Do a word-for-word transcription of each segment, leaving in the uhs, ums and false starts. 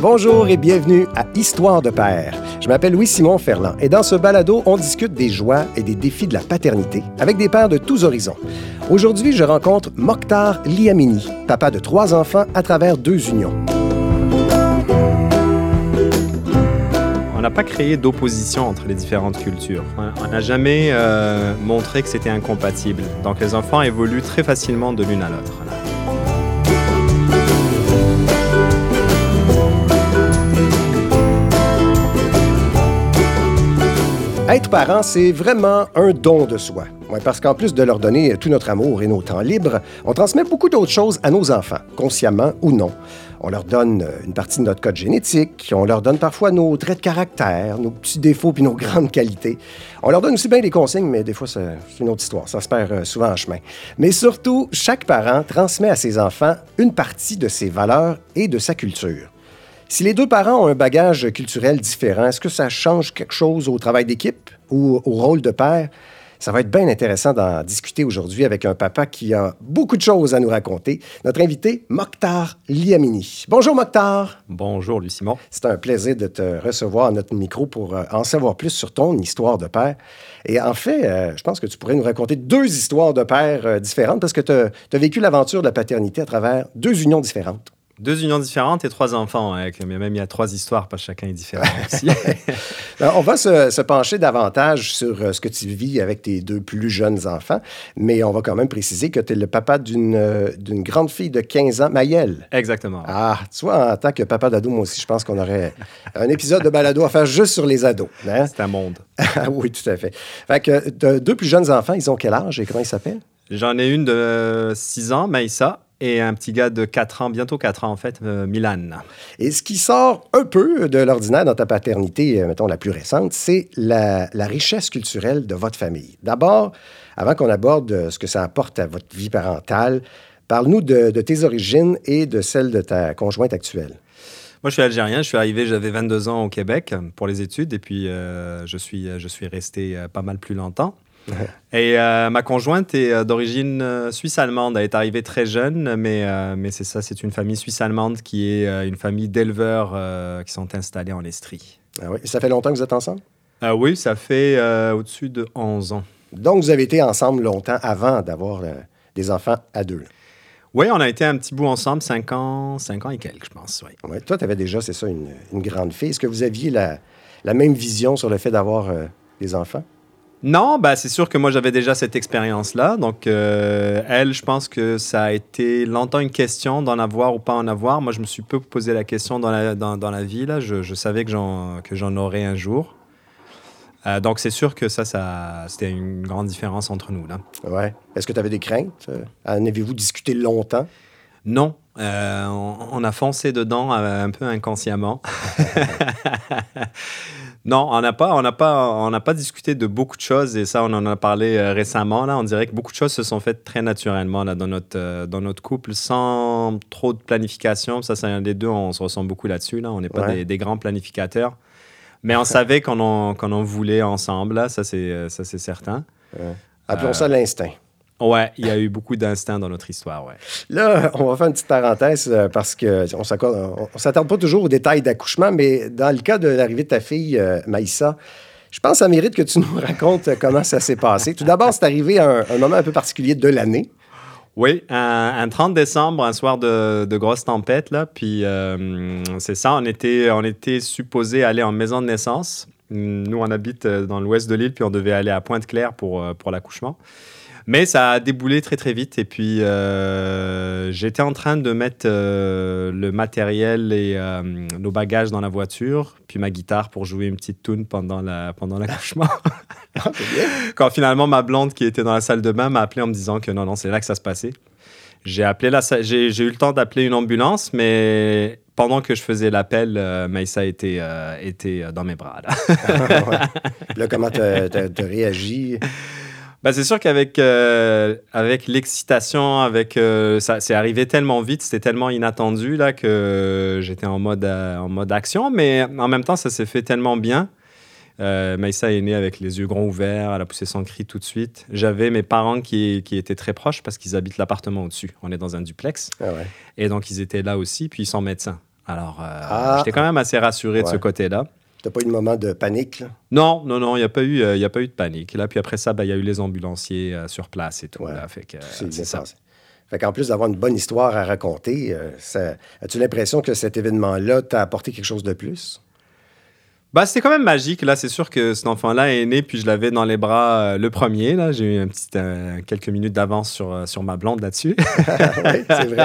Bonjour et bienvenue à Histoire de père. Je m'appelle Louis-Simon Ferland et dans ce balado, on discute des joies et des défis de la paternité avec des pères de tous horizons. Aujourd'hui, je rencontre Mokhtar Liamini, papa de trois enfants à travers deux unions. On n'a pas créé d'opposition entre les différentes cultures. On n'a jamais euh, montré que c'était incompatible. Donc les enfants évoluent très facilement de l'une à l'autre. Être parent, c'est vraiment un don de soi. Ouais, parce qu'en plus de leur donner tout notre amour et nos temps libres, on transmet beaucoup d'autres choses à nos enfants, consciemment ou non. On leur donne une partie de notre code génétique, on leur donne parfois nos traits de caractère, nos petits défauts puis nos grandes qualités. On leur donne aussi bien des consignes, mais des fois, c'est une autre histoire. Ça se perd souvent en chemin. Mais surtout, chaque parent transmet à ses enfants une partie de ses valeurs et de sa culture. Si les deux parents ont un bagage culturel différent, est-ce que ça change quelque chose au travail d'équipe ou au rôle de père? Ça va être bien intéressant d'en discuter aujourd'hui avec un papa qui a beaucoup de choses à nous raconter. Notre invité, Mokhtar Liamini. Bonjour, Mokhtar. Bonjour, Louis-Simon. C'est un plaisir de te recevoir à notre micro pour en savoir plus sur ton histoire de père. Et en fait, euh, je pense que tu pourrais nous raconter deux histoires de père euh, différentes parce que tu as vécu l'aventure de la paternité à travers deux unions différentes. Deux unions différentes et trois enfants. Hein, mais même il y a trois histoires, parce que chacun est différent aussi. Alors, on va se, se pencher davantage sur euh, ce que tu vis avec tes deux plus jeunes enfants, mais on va quand même préciser que tu es le papa d'une, euh, d'une grande fille de quinze ans, Maëlle. Exactement. Ah, tu vois, en tant que papa d'ado, moi aussi, je pense qu'on aurait un épisode de balado à faire juste sur les ados. Hein? C'est un monde. Oui, tout à fait. Fait que tu deux plus jeunes enfants, ils ont quel âge et comment ils s'appellent? J'en ai une de six ans, Maïssa. Et un petit gars de quatre ans, bientôt quatre ans en fait, euh, Milan. Et ce qui sort un peu de l'ordinaire dans ta paternité, euh, mettons la plus récente, c'est la, la richesse culturelle de votre famille. D'abord, avant qu'on aborde ce que ça apporte à votre vie parentale, parle-nous de, de tes origines et de celles de ta conjointe actuelle. Moi, je suis algérien. Je suis arrivé, j'avais vingt-deux ans au Québec pour les études. Et puis, euh, je suis, je suis resté euh, pas mal plus longtemps. Et euh, ma conjointe est euh, d'origine euh, suisse-allemande. Elle est arrivée très jeune, mais, euh, mais c'est ça, c'est une famille suisse-allemande qui est euh, une famille d'éleveurs euh, qui sont installés en Estrie. Ah oui. Ça fait longtemps que vous êtes ensemble? Euh, oui, ça fait euh, au-dessus de onze ans. Donc, vous avez été ensemble longtemps avant d'avoir euh, des enfants à deux. Oui, on a été un petit bout ensemble, cinq ans, cinq ans et quelques, je pense. Oui. Ouais. Toi, tu avais déjà, c'est ça, une, une grande fille. Est-ce que vous aviez la, la même vision sur le fait d'avoir euh, des enfants? Non, bah, c'est sûr que moi, j'avais déjà cette expérience-là. Donc, euh, elle, je pense que ça a été longtemps une question d'en avoir ou pas en avoir. Moi, je me suis peu posé la question dans la, dans, dans la vie. Là. Je, je savais que j'en, que j'en aurais un jour. Euh, donc, c'est sûr que ça, ça, c'était une grande différence entre nous. Là. Ouais. Est-ce que tu avais des craintes? En avez-vous discuté longtemps? Non. Euh, on, on a foncé dedans euh, un peu inconsciemment. Non, on n'a pas, on n'a pas, on n'a pas discuté de beaucoup de choses et ça, on en a parlé euh, récemment. Là, on dirait que beaucoup de choses se sont faites très naturellement là dans notre, euh, dans notre couple, sans trop de planification. Ça, c'est un des deux, on se ressent beaucoup là-dessus. Là, on n'est pas ouais. des, des grands planificateurs, mais on savait qu'on en, qu'on en voulait ensemble. Là, ça c'est, ça c'est certain. Ouais. Appelons euh, ça l'instinct. Ouais, il y a eu beaucoup d'instinct dans notre histoire, ouais. Là, on va faire une petite parenthèse euh, parce qu'on ne s'attarde pas toujours aux détails d'accouchement, mais dans le cas de l'arrivée de ta fille, euh, Maïssa, je pense que ça mérite que tu nous racontes comment ça s'est passé. Tout d'abord, c'est arrivé à un, un moment un peu particulier de l'année. Oui, un, un trente décembre, un soir de, de grosse tempête, là, puis euh, c'est ça, on était, on était supposé aller en maison de naissance. Nous, on habite dans l'ouest de l'île, puis on devait aller à Pointe-Claire pour, pour l'accouchement. Mais ça a déboulé très, très vite. Et puis, euh, j'étais en train de mettre euh, le matériel et euh, nos bagages dans la voiture, puis ma guitare pour jouer une petite tune pendant, la, pendant l'accouchement. Ah, c'est bien. Quand finalement, ma blonde qui était dans la salle de bain m'a appelé en me disant que non, non, c'est là que ça se passait. J'ai, appelé la, j'ai, j'ai eu le temps d'appeler une ambulance, mais pendant que je faisais l'appel, euh, Maïssa était, euh, était dans mes bras. Là, ouais. Là comment tu as réagi? Ben, c'est sûr qu'avec euh, avec l'excitation, avec, euh, ça, c'est arrivé tellement vite, c'était tellement inattendu là, que j'étais en mode, euh, en mode action, mais en même temps, ça s'est fait tellement bien. Euh, Maïssa est née avec les yeux grands ouverts, elle a poussé son cri tout de suite. J'avais mes parents qui, qui étaient très proches parce qu'ils habitent l'appartement au-dessus. On est dans un duplex. Ah ouais. Et donc, ils étaient là aussi, puis ils sont médecins. Alors, euh, Ah. j'étais quand même assez rassuré de Ouais. ce côté-là. T'as pas eu de moment de panique, là? Non, non, non, il n'y a, pas eu, euh, y a pas eu de panique. Là, puis après ça, ben, il y a eu les ambulanciers euh, sur place et tout. Ouais. Là, fait que, euh, C'est bien c'est ça. passé. Fait qu'en plus d'avoir une bonne histoire à raconter, euh, ça... as-tu l'impression que cet événement-là t'a apporté quelque chose de plus? Bah, c'était quand même magique. Là, c'est sûr que cet enfant-là est né, puis je l'avais dans les bras euh, le premier. Là, j'ai eu un petit, euh, quelques minutes d'avance sur, euh, sur ma blonde là-dessus. Oui, c'est vrai.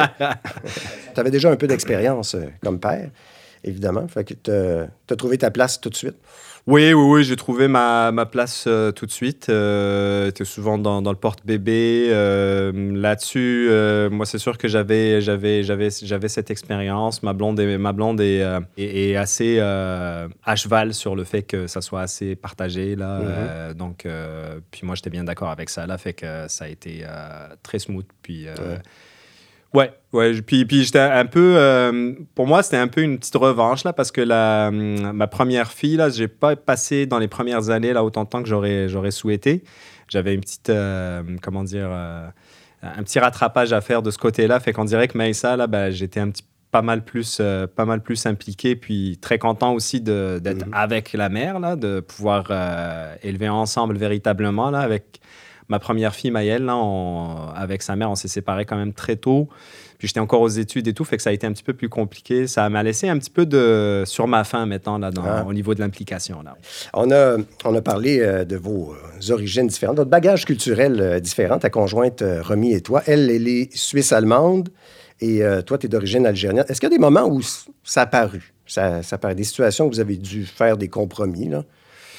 Tu avais déjà un peu d'expérience euh, comme père, évidemment. Fait que tu as trouvé ta place tout de suite. Oui, oui, oui, j'ai trouvé ma, ma place euh, tout de suite. Euh, J'étais souvent dans, dans le porte-bébé. Euh, là-dessus, euh, moi, c'est sûr que j'avais, j'avais, j'avais, j'avais cette expérience. Ma blonde est, ma blonde est, euh, est, est assez euh, à cheval sur le fait que ça soit assez partagé. Là. Mm-hmm. Euh, donc, euh, puis moi, j'étais bien d'accord avec ça. Là, fait que ça a été euh, très smooth. Puis, euh, Ouais. Ouais, ouais. j- Puis, puis j'étais un peu. Euh, pour moi, c'était un peu une petite revanche, là, parce que la, hum, ma première fille, là, j'ai pas passé dans les premières années, là, autant de temps que j'aurais, j'aurais souhaité. J'avais une petite. Euh, comment dire. Euh, un petit rattrapage à faire de ce côté-là. Fait qu'on dirait que Maïssa, là, ben, j'étais un petit pas mal plus, euh, pas mal plus impliqué, puis très content aussi de, d'être Mhm. avec la mère, là, de pouvoir euh, élever ensemble véritablement, là, avec ma première fille, Maëlle, là, on- avec sa mère, on s'est séparés quand même très tôt. Puis j'étais encore aux études et tout, fait que ça a été un petit peu plus compliqué. Ça m'a laissé un petit peu de sur ma faim, mettons, là, dans, Ah. au niveau de l'implication. Là. On a, on a parlé euh, de vos euh, origines différentes, votre bagage culturel euh, différent. Ta conjointe, euh, Romy, et toi, elle, elle est suisse-allemande et euh, toi, tu es d'origine algérienne. Est-ce qu'il y a des moments où s- ça a paru? Ça, ça a paru, des situations où vous avez dû faire des compromis, là?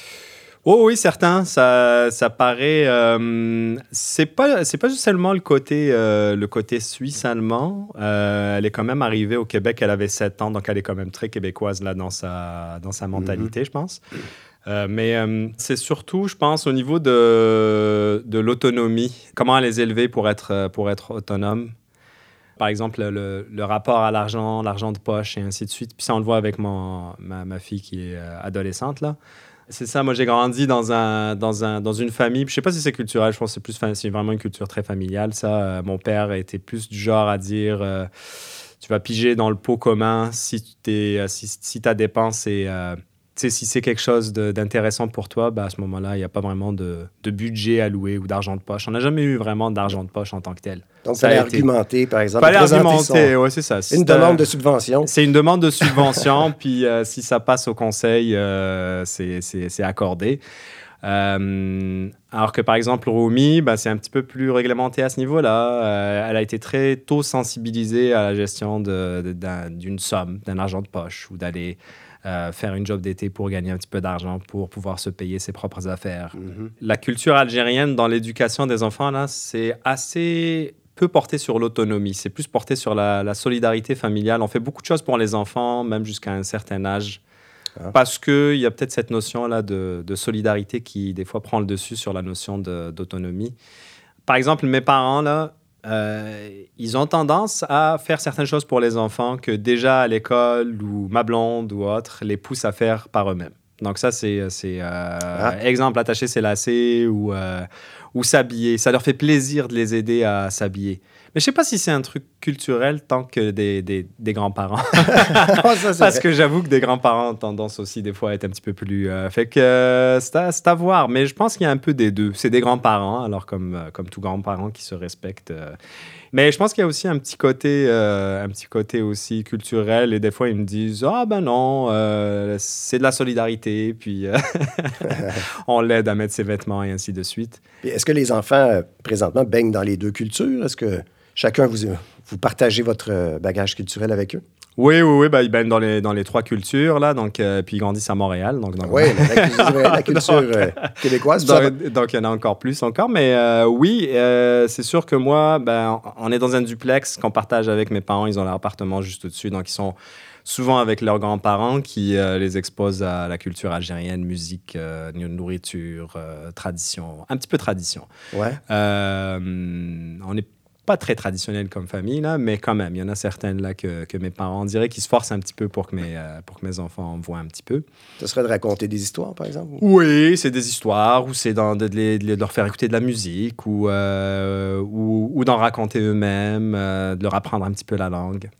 Oh oui, certain. Ça, ça paraît. Euh, c'est pas, c'est pas juste seulement le côté, euh, le côté suisse-allemand. Euh, elle est quand même arrivée au Québec. Elle avait sept ans, donc elle est quand même très québécoise là dans sa, dans sa mentalité, je pense. Euh, mais euh, c'est surtout, je pense, au niveau de, de l'autonomie. Comment les élever pour être, pour être autonome. Par exemple, le, le rapport à l'argent, l'argent de poche et ainsi de suite. Puis ça, on le voit avec mon, ma, ma fille qui est euh, adolescente, là. C'est ça, moi j'ai grandi dans, un, dans, un, dans une famille, puis je sais pas si c'est culturel, je pense que c'est, plus, fa- c'est vraiment une culture très familiale, ça. Euh, mon père était plus du genre à dire, euh, tu vas piger dans le pot commun si tu euh, si, si ta dépense est... euh, tu sais, si c'est quelque chose de- d'intéressant pour toi, bah, à ce moment-là, il n'y a pas vraiment de, de budget à louer ou d'argent de poche. On n'a jamais eu vraiment d'argent de poche en tant que tel. Donc, il Ça a fallait été- argumenter, par exemple. Fallait présenter argumenter, son- ouais, c'est ça. Une C'est, demande euh, de subvention. c'est une demande de subvention, puis euh, si ça passe au conseil, euh, c'est, c'est, c'est accordé. Euh, alors que par exemple, Rumi, bah, c'est un petit peu plus réglementé à ce niveau-là. Euh, elle a été très tôt sensibilisée à la gestion de, de- d'un- d'une somme, d'un argent de poche, ou d'aller euh, faire une job d'été pour gagner un petit peu d'argent pour pouvoir se payer ses propres affaires. Mhm. La culture algérienne dans l'éducation des enfants, là, c'est assez peu porté sur l'autonomie. C'est plus porté sur la, la solidarité familiale. On fait beaucoup de choses pour les enfants, même jusqu'à un certain âge. Ah. Parce qu'il y a peut-être cette notion-là de, de solidarité qui, des fois, prend le dessus sur la notion de- d'autonomie. Par exemple, mes parents, là, euh, ils ont tendance à faire certaines choses pour les enfants que déjà à l'école ou ma blonde ou autre les poussent à faire par eux-mêmes. Donc ça, c'est, c'est euh, Ah. exemple, attacher ses lacets ou, euh, ou s'habiller. Ça leur fait plaisir de les aider à s'habiller. Mais je sais pas si c'est un truc culturel tant que des, des, des grands-parents. Ah, ça, c'est Parce vrai. que j'avoue que des grands-parents ont tendance aussi des fois à être un petit peu plus... euh, fait que euh, c'est, à, c'est à voir. Mais je pense qu'il y a un peu des deux. C'est des grands-parents, alors comme, euh, comme tous grands-parents qui se respectent. euh. Mais je pense qu'il y a aussi un petit côté, euh, un petit côté aussi culturel. Et des fois, ils me disent « Ah ben non, euh, c'est de la solidarité. » Puis euh, on l'aide à mettre ses vêtements et ainsi de suite. Puis est-ce que les enfants, euh, présentement, baignent dans les deux cultures? Est-ce que chacun, vous, vous partagez votre euh, bagage culturel avec eux? Oui, oui, oui. Bah, ils baignent dans les, dans les trois cultures, là. Donc, euh, puis ils grandissent à Montréal. Donc, donc- Oui, la culture, la culture euh, québécoise. ça va- Donc, donc, il y en a encore plus encore. Mais euh, oui, euh, c'est sûr que moi, ben, on est dans un duplex qu'on partage avec mes parents. Ils ont leur appartement juste au-dessus. Donc, ils sont souvent avec leurs grands-parents qui euh, les exposent à la culture algérienne, musique, euh, nourriture, euh, tradition. Un petit peu tradition. Ouais. Euh, on n'est pas très traditionnel comme famille, là, mais quand même, il y en a certaines là, que, que mes parents diraient qui se forcent un petit peu pour que mes, euh, pour que mes enfants voient un petit peu. Ce serait de raconter des histoires, par exemple? Oui, c'est des histoires, ou c'est dans, de, de les- de les- de leur faire écouter de la musique, ou, euh, ou, ou d'en raconter eux-mêmes, euh, de leur apprendre un petit peu la langue.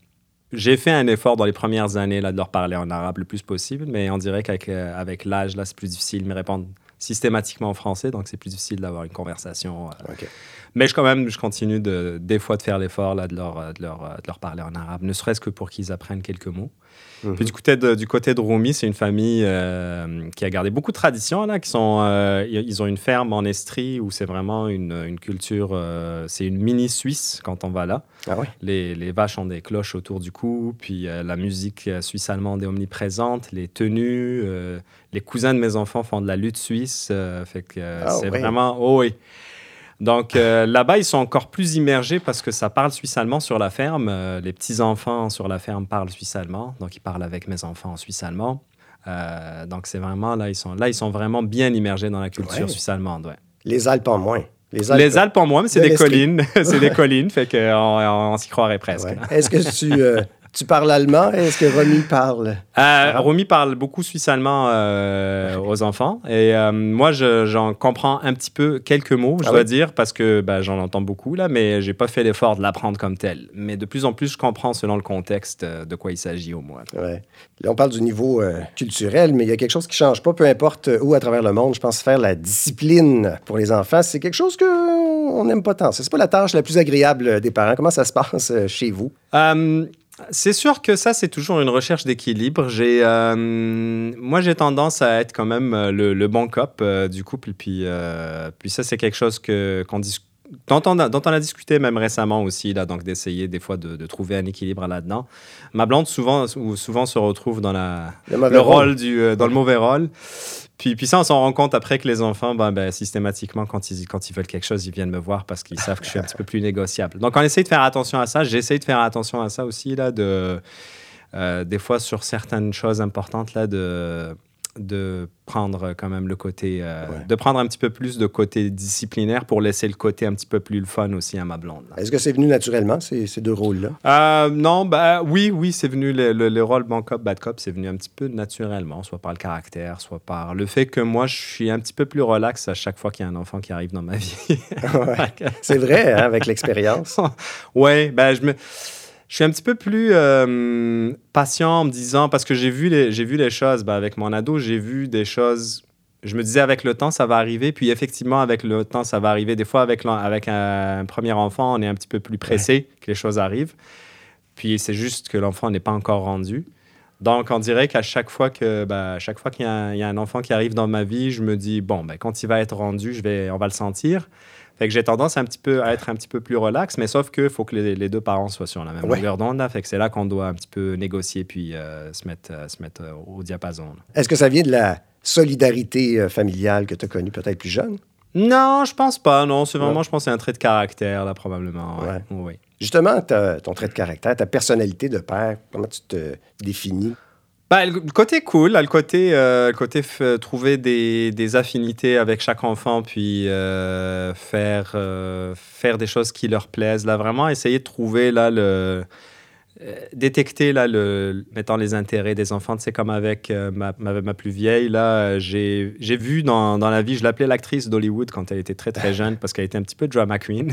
j'ai fait un effort dans les premières années là, de leur parler en arabe le plus possible, mais on dirait qu'avec euh, avec l'âge, là, c'est plus difficile. Ils me répondent systématiquement en français, donc c'est plus difficile d'avoir une conversation. Euh. Okay. Mais je, quand même, je continue de, des fois de faire l'effort là, de, leur, de, leur, de leur parler en arabe, ne serait-ce que pour qu'ils apprennent quelques mots. Mm-hmm. Puis du côté de, du côté de Rumi, c'est une famille euh, qui a gardé beaucoup de traditions. Là, qui sont, euh, ils ont une ferme en Estrie où c'est vraiment une, une culture, euh, c'est une mini-Suisse quand on va là. Ah ouais? les, les vaches ont des cloches autour du cou, puis euh, la musique suisse-allemande est omniprésente, les tenues, euh, les cousins de mes enfants font de la lutte suisse. Euh, fait que euh, oh, c'est oui. vraiment... Oh oui! Donc euh, là-bas, ils sont encore plus immergés parce que ça parle suisse-allemand sur la ferme. Euh, les petits-enfants sur la ferme parlent suisse-allemand. Donc, ils parlent avec mes enfants en suisse-allemand. Euh, donc, c'est vraiment... Là ils, sont, là, ils sont vraiment bien immergés dans la culture ouais. suisse-allemande. Ouais. Les Alpes en moins. Les Alpes, les Alpes en moins, mais c'est de des collines. c'est des collines, fait qu'on on, on s'y croirait presque. Ouais. Est-ce que tu... Euh... Tu parles allemand? Est-ce que Romy parle? Euh, Romy parle beaucoup suisse-allemand euh, aux enfants. Et euh, moi, je, j'en comprends un petit peu quelques mots, je ah dois oui? dire, parce que ben, j'en entends beaucoup, là, mais je n'ai pas fait l'effort de l'apprendre comme tel. Mais de plus en plus, je comprends selon le contexte de quoi il s'agit au moins. Ouais. Là, on parle du niveau euh, culturel, mais il y a quelque chose qui ne change pas, peu importe où à travers le monde. Je pense faire la discipline pour les enfants, c'est quelque chose qu'on n'aime pas tant. Ce n'est pas la tâche la plus agréable des parents. Comment ça se passe euh, chez vous? Euh... C'est sûr que ça, c'est toujours une recherche d'équilibre. J'ai, euh, moi, j'ai tendance à être quand même le, le bon cop euh, du couple. Puis, euh, puis ça, c'est quelque chose que, qu'on dis- dont, on a, dont on a discuté même récemment aussi, là, donc d'essayer des fois de, de trouver un équilibre là-dedans. Ma blonde, souvent, souvent se retrouve dans la, le, le rôle du, euh, dans le mauvais rôle. Puis, puis ça, on s'en rend compte après que les enfants, ben, ben, systématiquement, quand ils, quand ils veulent quelque chose, ils viennent me voir parce qu'ils savent que je suis un petit peu plus négociable. Donc, on essaie de faire attention à ça. J'essaie de faire attention à ça aussi, là, de, euh, des fois, sur certaines choses importantes, là, de, de prendre quand même le côté... Euh, ouais. de prendre un petit peu plus de côté disciplinaire pour laisser le côté un petit peu plus le fun aussi à ma blonde. Là. Est-ce que c'est venu naturellement, ces, ces deux rôles-là? Euh, non, ben oui, oui, c'est venu, le, le, le rôle bon cop, bad cop, c'est venu un petit peu naturellement, soit par le caractère, soit par le fait que moi, je suis un petit peu plus relax à chaque fois qu'il y a un enfant qui arrive dans ma vie. Ouais. C'est vrai, hein, avec l'expérience. Oui, ben je me... Je suis un petit peu plus euh, patient en me disant, parce que j'ai vu les, j'ai vu les choses, ben avec mon ado, j'ai vu des choses, je me disais avec le temps, ça va arriver, puis effectivement, avec le temps, ça va arriver. Des fois, avec, avec un, un premier enfant, on est un petit peu plus pressé ouais. que les choses arrivent, puis c'est juste que l'enfant n'est pas encore rendu. Donc, on dirait qu'à chaque fois, que, ben, à chaque fois qu'il y a, un, il y a un enfant qui arrive dans ma vie, je me dis, bon, ben, quand il va être rendu, je vais, on va le sentir. Fait que j'ai tendance un petit peu à être un petit peu plus relax, mais sauf qu'il faut que les, les deux parents soient sur la même ouais. longueur d'onde. Fait que c'est là qu'on doit un petit peu négocier puis euh, se mettre, euh, se mettre euh, au diapason. Là. Est-ce que ça vient de la solidarité euh, familiale que tu as connue peut-être plus jeune? Non, je pense pas. Non, c'est vraiment, ouais. je pense, c'est un trait de caractère, là, probablement. Ouais. Ouais. Oui. Justement, ton trait de caractère, ta personnalité de père, comment tu te définis? Ben, le côté cool, le côté, euh, le côté f- trouver des, des affinités avec chaque enfant, puis euh, faire, euh, faire des choses qui leur plaisent. Là, vraiment, essayer de trouver là, le, euh, détecter là, le, mettons, les intérêts des enfants. Tu sais, comme avec euh, ma, ma, ma plus vieille, là, j'ai, j'ai vu dans, dans la vie, je l'appelais l'actrice d'Hollywood quand elle était très, très jeune parce qu'elle était un petit peu drama queen.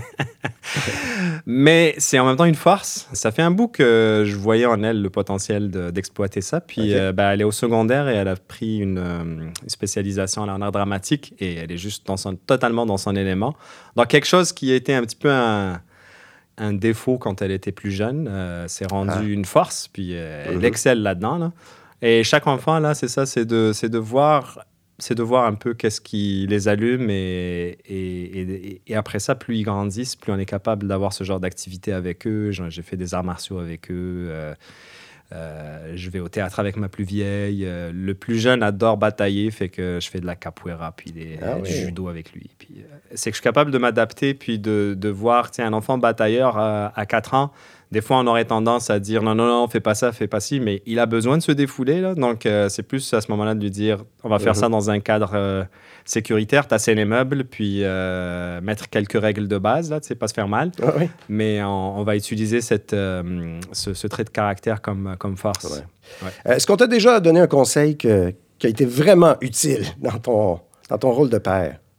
Mais c'est en même temps une force. Ça fait un bout que je voyais en elle le potentiel de, d'exploiter ça. Puis okay. euh, ben, elle est au secondaire et elle a pris une, une spécialisation en art dramatique et elle est juste dans son, totalement dans son élément. Donc quelque chose qui a été un petit peu un, un défaut quand elle était plus jeune, euh, s'est rendu ah. une force. Puis euh, elle mm-hmm. excelle là-dedans. Là. Et chaque enfant, là, c'est ça, c'est de, c'est de voir... c'est de voir un peu qu'est-ce qui les allume et, et, et, et après ça, plus ils grandissent, plus on est capable d'avoir ce genre d'activité avec eux. J'ai fait des arts martiaux avec eux. Euh, euh, je vais au théâtre avec ma plus vieille. Euh, le plus jeune adore batailler, fait que je fais de la capoeira puis des, ah, du oui. judo avec lui. Puis, euh, c'est que je suis capable de m'adapter puis de, de voir, tiens, un enfant batailleur à, à quatre ans, des fois, on aurait tendance à dire non, non, non, fais pas ça, fais pas ci, mais il a besoin de se défouler. Là. Donc, euh, c'est plus à ce moment-là de lui dire on va faire mm-hmm. ça dans un cadre euh, sécuritaire, tasser les meubles, puis euh, mettre quelques règles de base, là, tu sais, pas se faire mal. Ah, oui. Mais on, on va utiliser cette, euh, ce, ce trait de caractère comme, comme force. Ouais. Ouais. Est-ce qu'on t'a déjà donné un conseil que, qui a été vraiment utile dans ton, dans ton rôle de père?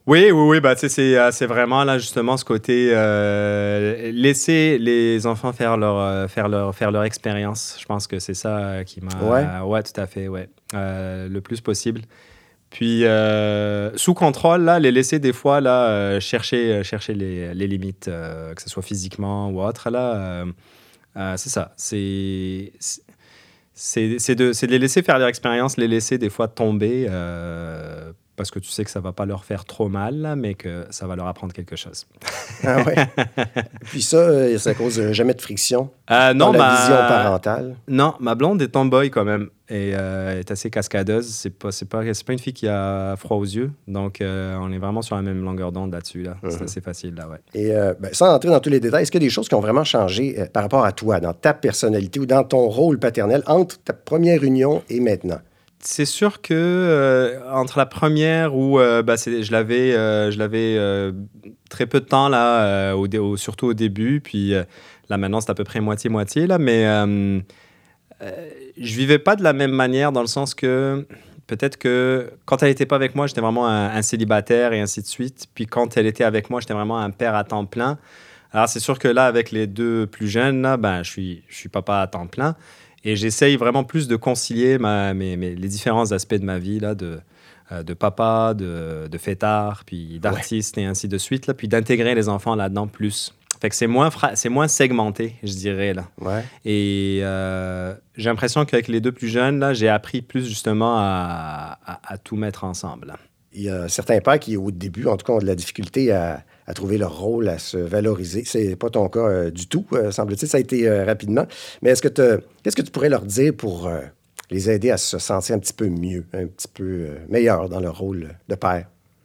Oui, oui, oui. Bah, tu sais, c'est, euh, c'est vraiment là, justement, ce côté euh, laisser les enfants faire leur, euh, faire leur, faire leur expérience. Je pense que c'est ça euh, qui m'a. Ouais. Euh, ouais, tout à fait, ouais. Euh, le plus possible. Puis, euh, sous contrôle, là, les laisser des fois là, euh, chercher, euh, chercher les, les limites, euh, que ce soit physiquement ou autre. Là, euh, euh, c'est ça. C'est, c'est, c'est, c'est de, c'est de les laisser faire leur expérience, les laisser des fois tomber. Euh, parce que tu sais que ça va pas leur faire trop mal, là, mais que ça va leur apprendre quelque chose. Ah ouais. Puis ça, euh, ça cause euh, jamais de friction Euh, dans non, la ma... vision parentale. Non, ma blonde est tomboy quand même et euh, est assez cascadeuse. C'est pas, c'est pas, c'est pas une fille qui a froid aux yeux, donc euh, on est vraiment sur la même longueur d'onde là-dessus. Là. Mhm. C'est assez facile, là, ouais. Et euh, ben, sans entrer dans tous les détails, est-ce qu'il y a des choses qui ont vraiment changé euh, par rapport à toi, dans ta personnalité ou dans ton rôle paternel entre ta première union et maintenant? C'est sûr que euh, entre la première où euh, bah, c'est, je l'avais, euh, je l'avais euh, très peu de temps là, euh, au, dé- au- surtout au début, puis euh, là maintenant c'est à peu près moitié moitié là, mais euh, euh, je vivais pas de la même manière dans le sens que peut-être que quand elle était pas avec moi, j'étais vraiment un, un célibataire et ainsi de suite, puis quand elle était avec moi, j'étais vraiment un père à temps plein. Alors c'est sûr que là avec les deux plus jeunes là, ben je suis, je suis papa à temps plein. Et j'essaye vraiment plus de concilier ma, mes, mes, les différents aspects de ma vie, là, de, euh, de papa, de, de fêtard, puis d'artiste ouais. et ainsi de suite, là, puis d'intégrer les enfants là-dedans plus. Fait que c'est moins, fra- c'est moins segmenté, je dirais. Là. Ouais. Et euh, j'ai l'impression qu'avec les deux plus jeunes, là, j'ai appris plus justement à, à, à tout mettre ensemble. Là. Il y a certains pères qui, au début, en tout cas, ont de la difficulté à, à trouver leur rôle, à se valoriser. C'est pas ton cas euh, du tout, euh, semble-t-il. Ça a été euh, rapidement. Mais est-ce que te, qu'est-ce que tu pourrais leur dire pour euh, les aider à se sentir un petit peu mieux, un petit peu euh, meilleur dans leur rôle de père?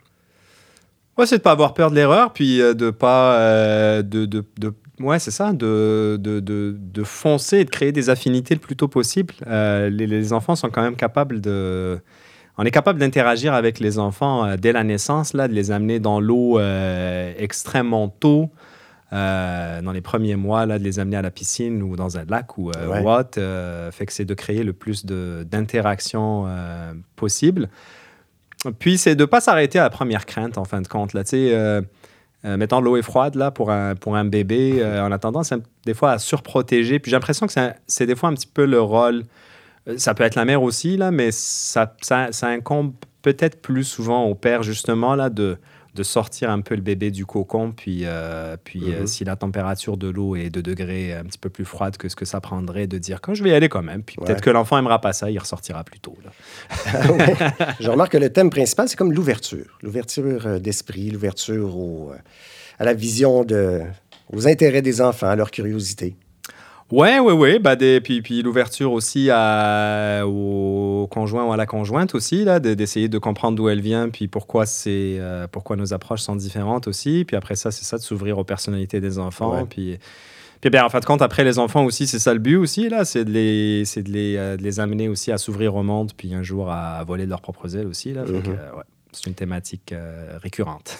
Ouais, c'est de pas avoir peur de l'erreur, puis euh, de pas... Euh, de, de, de, ouais, c'est ça, de, de, de, de foncer et de créer des affinités le plus tôt possible. Euh, les, les enfants sont quand même capables de... On est capable d'interagir avec les enfants euh, dès la naissance, là, de les amener dans l'eau euh, extrêmement tôt, euh, dans les premiers mois, là, de les amener à la piscine ou dans un lac ou euh, Ouais. what. Euh, fait que c'est de créer le plus de, d'interactions euh, possible. Puis c'est de ne pas s'arrêter à la première crainte, en fin de compte. Là, tu sais, euh, euh, mettons, l'eau est froide là, pour, un, pour un bébé. Euh, on a tendance, des fois, à surprotéger. Puis j'ai l'impression que c'est, un, c'est des fois un petit peu le rôle... Ça peut être la mère aussi, là, mais ça, ça, ça incombe peut-être plus souvent au père, justement, là, de, de sortir un peu le bébé du cocon. Puis, euh, puis mm-hmm. euh, si la température de l'eau est de degrés un petit peu plus froide que ce que ça prendrait, de dire quand je vais y aller quand même. Puis ouais. peut-être que l'enfant n'aimera pas ça, il ressortira plus tôt. Là. ouais. Je remarque que le thème principal, c'est comme l'ouverture. L'ouverture d'esprit, l'ouverture au, à la vision, de, aux intérêts des enfants, à leur curiosité. Oui, oui, oui. Bah des, puis, puis l'ouverture aussi à, au conjoint ou à la conjointe aussi, là, de, d'essayer de comprendre d'où elle vient, puis pourquoi, c'est, euh, pourquoi nos approches sont différentes aussi. Puis après ça, c'est ça, de s'ouvrir aux personnalités des enfants. Ouais. Puis, puis bien, en fin de compte, après, les enfants aussi, c'est ça le but aussi, là, c'est de les, c'est de les, euh, de les amener aussi à s'ouvrir au monde, puis un jour à, à voler de leurs propres ailes aussi. Là. Mm-hmm. Fait que, euh, ouais. C'est une thématique euh, récurrente.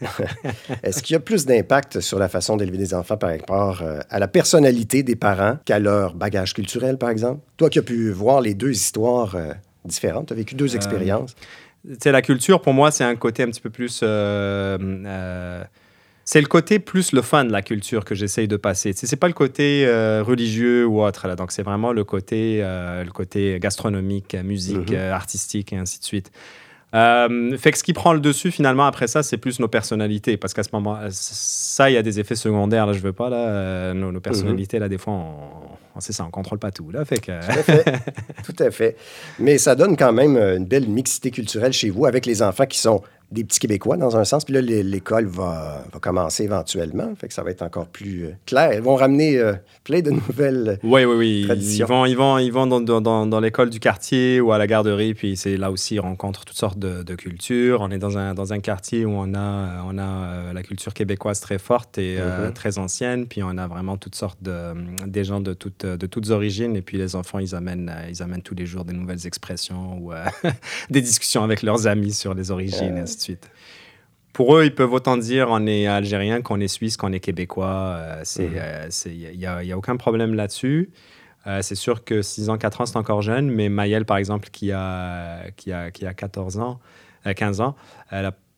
Est-ce qu'il y a plus d'impact sur la façon d'élever des enfants par rapport euh, à la personnalité des parents qu'à leur bagage culturel, par exemple? Toi qui as pu voir les deux histoires euh, différentes, tu as vécu deux euh, expériences. Tu sais, la culture, pour moi, c'est un côté un petit peu plus... Euh, euh, c'est le côté plus le fun de la culture que j'essaye de passer. Tu sais, c'est pas le côté euh, religieux ou autre. Là. Donc, c'est vraiment le côté, euh, le côté gastronomique, musique, mm-hmm. euh, artistique et ainsi de suite. Euh, fait que ce qui prend le dessus finalement après ça, c'est plus nos personnalités, parce qu'à ce moment ça, il y a des effets secondaires là, je veux pas là, euh, nos, nos personnalités mm-hmm. là, des fois, on, on sait ça, on contrôle pas tout là, fait que... Tout à fait, tout à fait. Mais ça donne quand même une belle mixité culturelle chez vous avec les enfants qui sont des petits Québécois dans un sens, puis là l'école va, va commencer éventuellement, fait que ça va être encore plus euh, clair. Ils vont ramener euh, plein de nouvelles oui, oui, oui. traditions. Ils vont, ils vont, ils vont dans, dans, dans l'école du quartier ou à la garderie, puis c'est là aussi ils rencontrent toutes sortes de, de cultures. On est dans un, dans un quartier où on a, on a euh, la culture québécoise très forte et euh, mm-hmm. très ancienne, puis on a vraiment toutes sortes de, des gens de toutes, de toutes origines, et puis les enfants, ils amènent, ils amènent tous les jours des nouvelles expressions ou euh, des discussions avec leurs amis sur les origines, euh... et ainsi de suite. Pour eux, ils peuvent autant dire on est algérien qu'on est suisse, qu'on est québécois. Euh, il n'y mmh. euh, a, a aucun problème là-dessus. Euh, c'est sûr que six ans, quatre ans, c'est encore jeune, mais Maëlle, par exemple, qui a, qui a, qui a quatorze ans, euh, quinze ans, elle a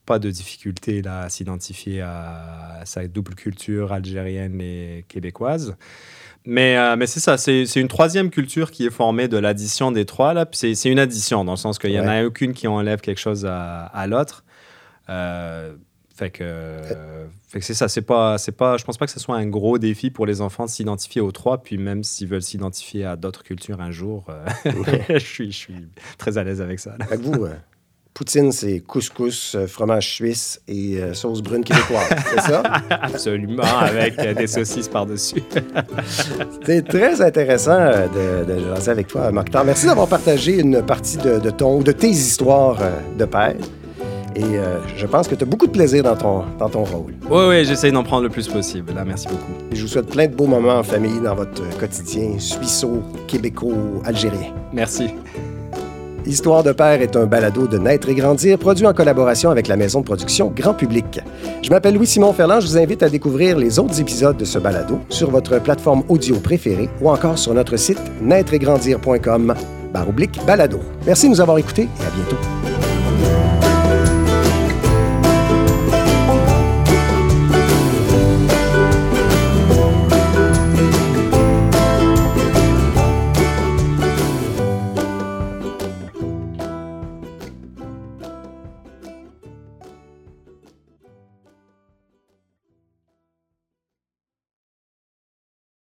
pas de difficulté là, à s'identifier à sa double culture algérienne et québécoise. Mais, euh, mais c'est ça, c'est, c'est une troisième culture qui est formée de l'addition des trois. Là. Puis c'est, c'est une addition, dans le sens qu'il n'y en Ouais. a aucune qui enlève quelque chose à, à l'autre. Euh, fait, que, euh, fait que c'est ça, c'est pas, c'est pas, je pense pas que ce soit un gros défi pour les enfants de s'identifier aux trois. Puis même s'ils veulent s'identifier à d'autres cultures un jour, euh, Ouais. je, suis, je suis très à l'aise avec ça. Là. Fait que vous, euh, poutine, c'est couscous, euh, fromage suisse et euh, sauce brune québécoise, c'est ça? Absolument, avec euh, des saucisses par-dessus. C'est très intéressant euh, de, de jaser avec toi, Mokhtar. Merci d'avoir partagé une partie de, de, ton, de tes histoires euh, de père. Et euh, je pense que tu as beaucoup de plaisir dans ton, dans ton rôle. Oui, oui, j'essaye d'en prendre le plus possible. Là, merci beaucoup. Et je vous souhaite plein de beaux moments en famille dans votre quotidien suisseau-québéco-algérien. Merci. Histoire de père est un balado de Naître et Grandir, produit en collaboration avec la maison de production Grand Public. Je m'appelle Louis-Simon Ferland, je vous invite à découvrir les autres épisodes de ce balado sur votre plateforme audio préférée ou encore sur notre site naître et grandir point com barre oblique balado. Merci de nous avoir écoutés et à bientôt.